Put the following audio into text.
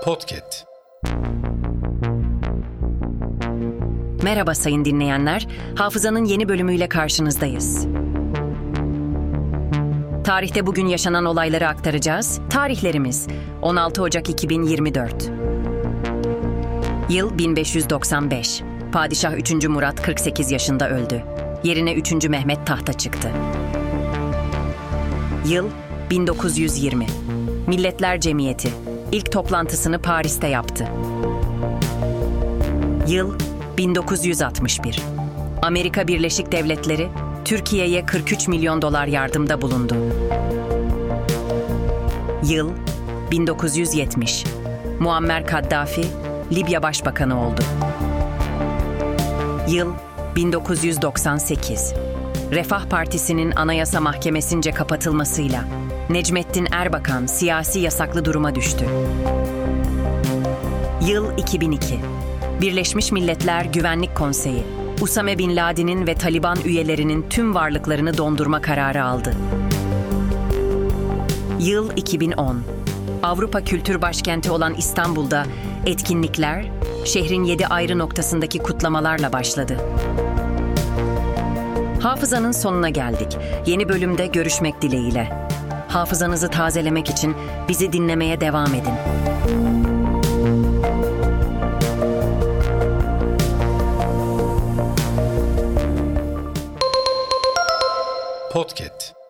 Podcast. Merhaba sayın dinleyenler, Hafızanın yeni bölümüyle karşınızdayız. Tarihte bugün yaşanan olayları aktaracağız. Tarihlerimiz 16 Ocak 2024. Yıl 1595. Padişah 3. Murat 48 yaşında öldü. Yerine 3. Mehmet tahta çıktı. Yıl 1920. Milletler Cemiyeti ilk toplantısını Paris'te yaptı. Yıl 1961. Amerika Birleşik Devletleri Türkiye'ye 43 milyon dolar yardımda bulundu. Yıl 1970. Muammer Kaddafi Libya Başbakanı oldu. Yıl 1998. Refah Partisi'nin Anayasa Mahkemesi'nce kapatılmasıyla Necmettin Erbakan siyasi yasaklı duruma düştü. Yıl 2002. Birleşmiş Milletler Güvenlik Konseyi, Usame Bin Laden'in ve Taliban üyelerinin tüm varlıklarını dondurma kararı aldı. Yıl 2010. Avrupa Kültür Başkenti olan İstanbul'da etkinlikler, şehrin 7 ayrı noktasındaki kutlamalarla başladı. Hafızanın sonuna geldik. Yeni bölümde görüşmek dileğiyle. Hafızanızı tazelemek için bizi dinlemeye devam edin. Podcast.